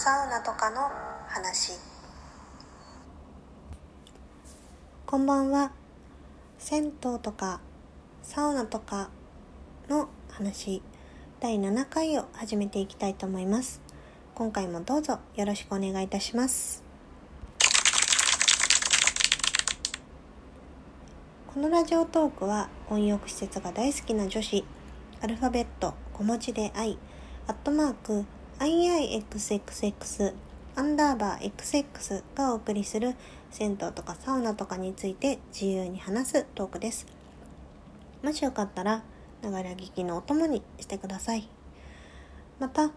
サウナとかの話。こんばんは。銭湯とかサウナとかの話第7回を始めていきたいと思います。今回もどうぞよろしくお願いいたします。このラジオトークは温浴施設が大好きな女子、アルファベット小文字でI @IIXXX_XX がお送りする銭湯とかサウナとかについて自由に話すトークです。もしよかったらながら聞きのお供にしてください。また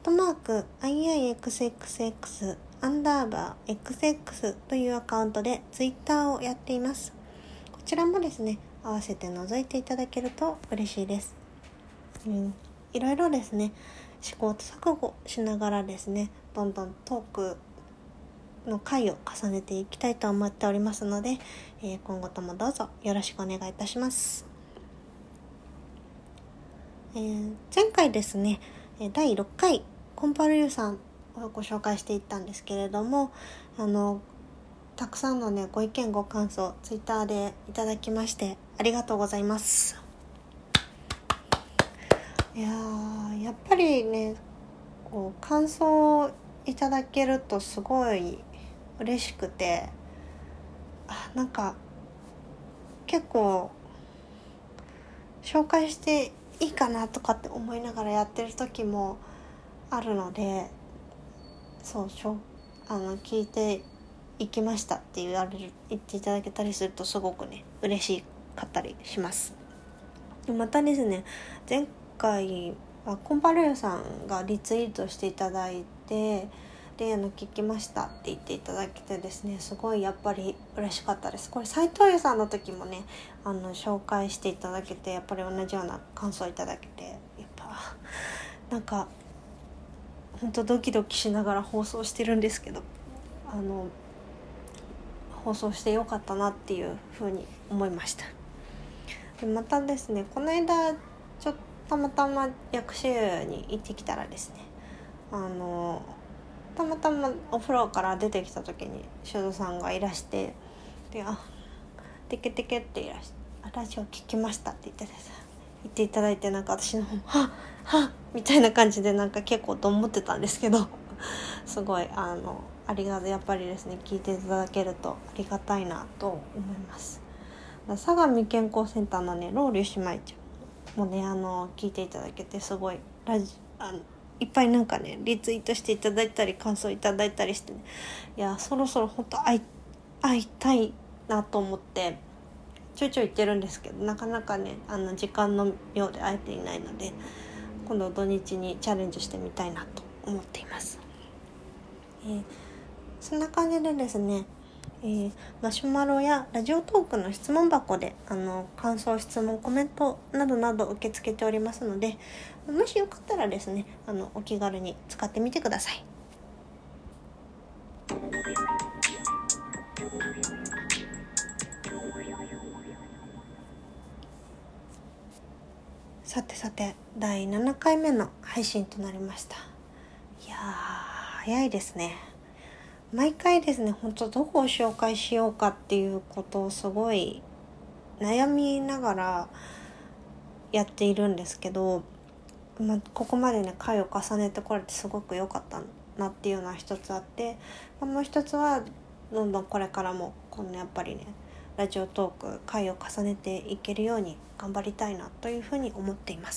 @IIXXX_XX というアカウントでツイッターをやっています。こちらもですね、合わせて覗いていただけると嬉しいです。いろいろですね、試行錯誤しながらですね、どんどんトークの回を重ねていきたいと思っておりますので、今後ともどうぞよろしくお願いいたします。前回ですね、第6回コンパルユさんをご紹介していったんですけれども、たくさんのねご意見ご感想ツイッターでいただきましてありがとうございます。やっぱりね、こう感想をいただけるとすごい嬉しくて、なんか結構紹介していいかなとかって思いながらやってる時もあるので、聞いていきましたって言っていただけたりするとすごくね嬉しかったりします。またですね、前回はコンパルーさんがリツイートしていただいて、で聞きましたって言っていただけてですね、すごいやっぱり嬉しかったです。これ斉藤優さんの時もね紹介していただけて、やっぱり同じような感想いただけて、やっぱなんか本当ドキドキしながら放送してるんですけど、放送してよかったなっていうふうに思いました。でまたですね、この間たまたま薬師湯に行ってきたらですね、たまたまお風呂から出てきた時に修造さんがいらして、でテケテケっていらして、ラジオ聞きましたって言っていただいて、なんか私の方はみたいな感じでなんか結構と思ってたんですけどすごいやっぱりですね、聞いていただけるとありがたいなと思います。相模健康センターのねロウリュ姉妹ちゃんもね聞いていただけて、すごいいっぱいなんかねリツイートしていただいたり感想いただいたりしてね、いやそろそろ本当会いたいなと思ってちょいちょい言ってるんですけど、なかなかね時間の妙で会えていないので、今度土日にチャレンジしてみたいなと思っています。そんな感じでですね、マシュマロやラジオトークの質問箱で感想、質問、コメントなどなど受け付けておりますので、もしよかったらですねお気軽に使ってみてください。さて第7回目の配信となりました。いや早いですね。毎回ですね、本当どこを紹介しようかっていうことをすごい悩みながらやっているんですけど、ここまでね回を重ねてこれてすごく良かったなっていうのは一つあって、もう一つはどんどんこれからもやっぱりねラジオトーク回を重ねていけるように頑張りたいなというふうに思っています。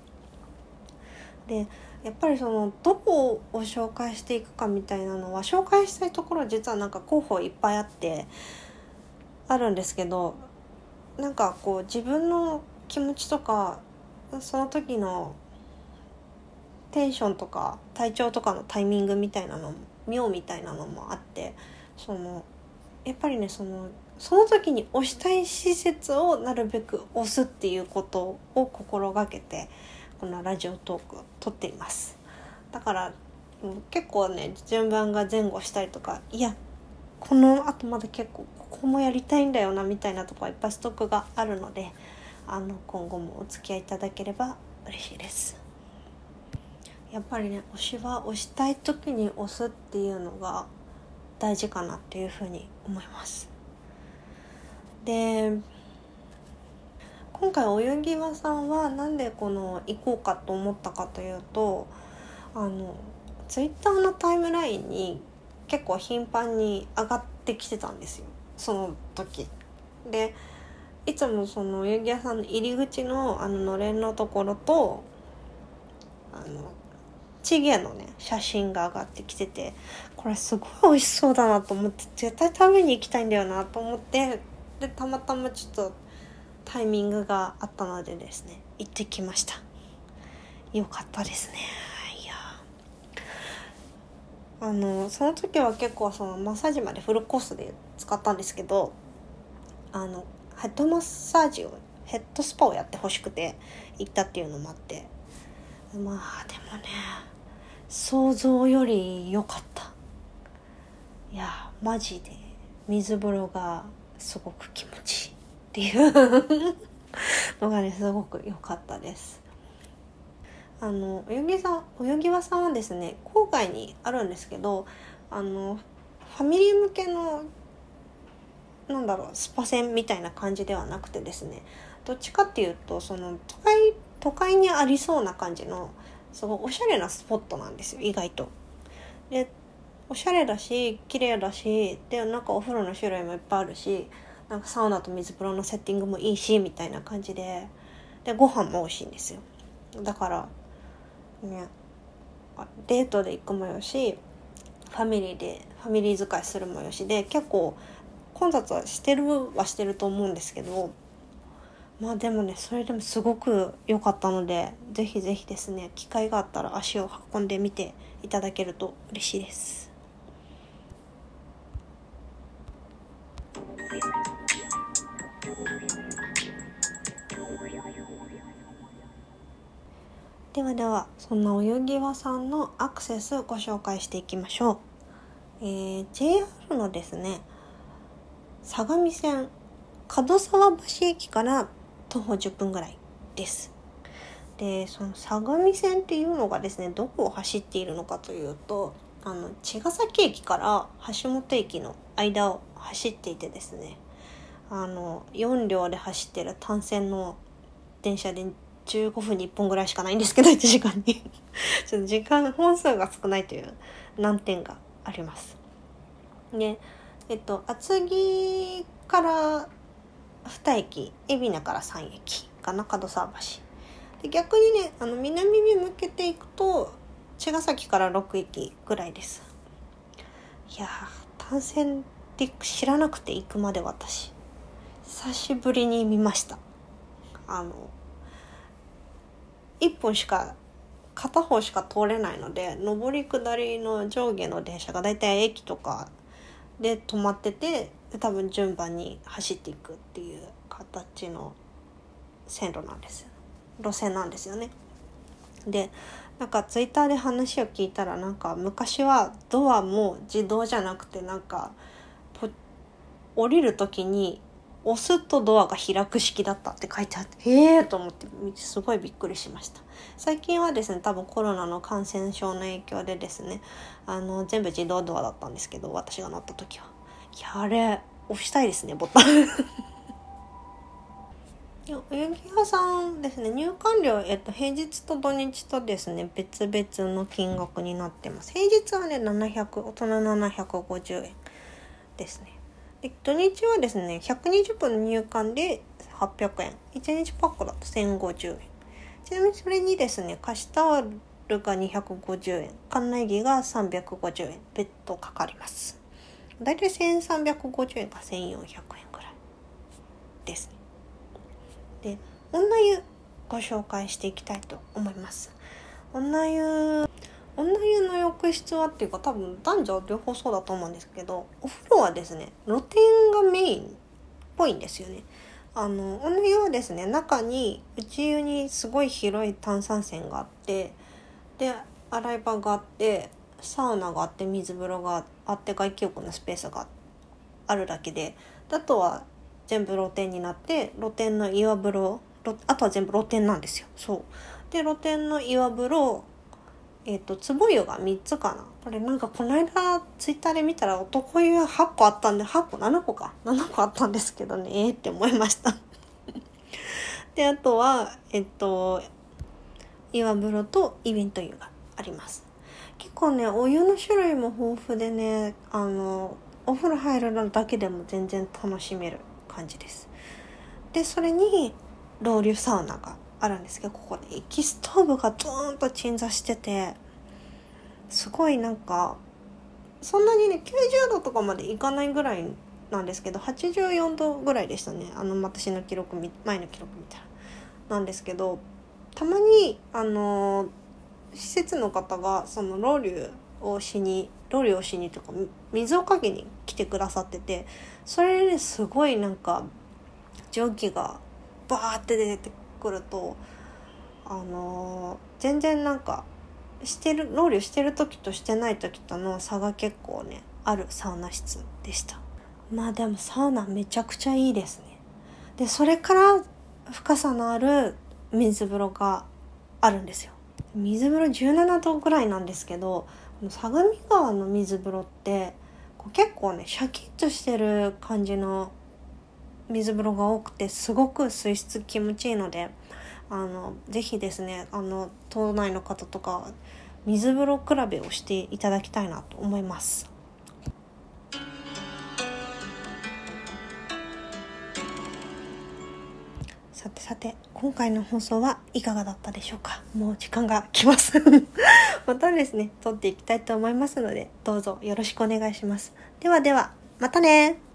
でやっぱりどこを紹介していくかみたいなのは、紹介したいところ実はなんか候補いっぱいあるんですけど、なんか自分の気持ちとかその時のテンションとか体調とかのタイミングみたいなの妙みたいなのもあって、やっぱりねその時に推したい施設をなるべく推すっていうことを心がけてこのラジオトークを撮っています。だから結構ね順番が前後したりとか、いやこの後まだ結構ここもやりたいんだよなみたいなところはいっぱいストックがあるので、今後もお付き合いいただければ嬉しいです。 やっぱりね、推しは推したい時に推すっていうのが大事かなっていうふうに思います。で、今回泳ぎ場さんはなんでこの行こうかと思ったかというと、ツイッターのタイムラインに結構頻繁に上がってきてたんですよ、その時で。いつもその泳ぎ屋さんの入り口ののれんのところとチゲのね写真が上がってきてて、これすごい美味しそうだなと思って、絶対食べに行きたいんだよなと思って、でたまたまちょっとタイミングがあったのでですね、行ってきました。よかったですね。いやその時は結構そのマッサージまでフルコースで使ったんですけど、ヘッドマッサージをヘッドスパをやってほしくて行ったっていうのもあって、まあでもね、想像より良かった。いやマジで水風呂がすごく気持ちいいっていうのがね、すごく良かったです。泳ぎ場さんはですね、郊外にあるんですけど、ファミリー向けのスパ船みたいな感じではなくてですね、どっちかっていうとその都会にありそうな感じのすごいおしゃれなスポットなんですよ、意外と。でおしゃれだし綺麗だし、でなんかお風呂の種類もいっぱいあるし、なんかサウナと水風呂のセッティングもいいしみたいな感じで、ご飯も美味しいんですよ。だからね、デートで行くもよし、ファミリー使いするもよしで、結構混雑はしてると思うんですけど、まあでもね、それでもすごく良かったので、ぜひぜひですね、機会があったら足を運んでみていただけると嬉しいです。ではでは、そんな泳ぎ場さんのアクセスをご紹介していきましょう。JR のですね、相模線門沢橋駅から徒歩10分ぐらいです。で、その相模線っていうのがですね、どこを走っているのかというと、茅ヶ崎駅から橋本駅の間を走っていてですね、4両で走ってる単線の電車で15分に1本ぐらいしかないんですけど、1時間にちょっと本数が少ないという難点があります。で、厚木から2駅、海老名から3駅かな、門沢橋で、逆にね、南に向けていくと茅ヶ崎から6駅ぐらいです。いやー、単線って知らなくて行くまで私久しぶりに見ました。1本しか片方しか通れないので、上り下りの上下の電車がだいたい駅とかで止まってて、多分順番に走っていくっていう形の路線なんですよね。で、なんかツイッターで話を聞いたら、なんか昔はドアも自動じゃなくて、なんか降りる時に押すとドアが開く式だったって書いてあって、と思ってすごいびっくりしました。最近はですね、多分コロナの感染症の影響でですね、全部自動ドアだったんですけど、私が乗った時は。いや、あれ押したいですね、ボタン泳ぎ屋さんですね、入館料、平日と土日とですね、別々の金額になってます。平日はね、大人750円ですね。で、土日はですね、120分の入館で800円。1日パックだと1050円。ちなみにそれにですね、貸しタオルが250円。館内着が350円。別途かかります。だいたい1350円か1400円くらいですね。で、女湯ご紹介していきたいと思います。女湯の浴室はっていうか、多分男女両方そうだと思うんですけど、お風呂はですね、露天がメインっぽいんですよね。女湯はですね、中に内湯にすごい広い炭酸泉があって、で洗い場があって、サウナがあって、水風呂があって、外気浴のスペースがあるだけで、あとは全部露天になって、露天の岩風呂、あとは全部露天なんですよ。そうで、露天の岩風呂壺湯が3つかな。これなんかこの間ツイッターで見たら男湯8個あったんで、7個あったんですけどね、って思いましたで、あとは岩風呂とイベント湯があります。結構ね、お湯の種類も豊富でね、お風呂入るのだけでも全然楽しめる感じです。で、それにロウリュサウナがあるんですけど、ここで液ストーブがドーンと鎮座してて、すごいなんかそんなにね90度とかまでいかないぐらいなんですけど、84度ぐらいでしたね。私の前の記録みたいななんですけど、たまに施設の方がそのロウリュをしにとか水をかけに来てくださってて、それで、ね、すごいなんか蒸気がバーって出てくると全然なんかロウリュしてる時としてない時との差が結構ねあるサウナ室でした。まあでもサウナめちゃくちゃいいですね。で、それから深さのある水風呂があるんですよ。水風呂17度ぐらいなんですけど、相模川の水風呂って結構ねシャキッとしてる感じの水風呂が多くて、すごく水質気持ちいいので、ぜひですね、島内の方とか水風呂比べをしていただきたいなと思います。さて今回の放送はいかがだったでしょうか。もう時間が来ますまたですね撮っていきたいと思いますので、どうぞよろしくお願いします。ではまたね。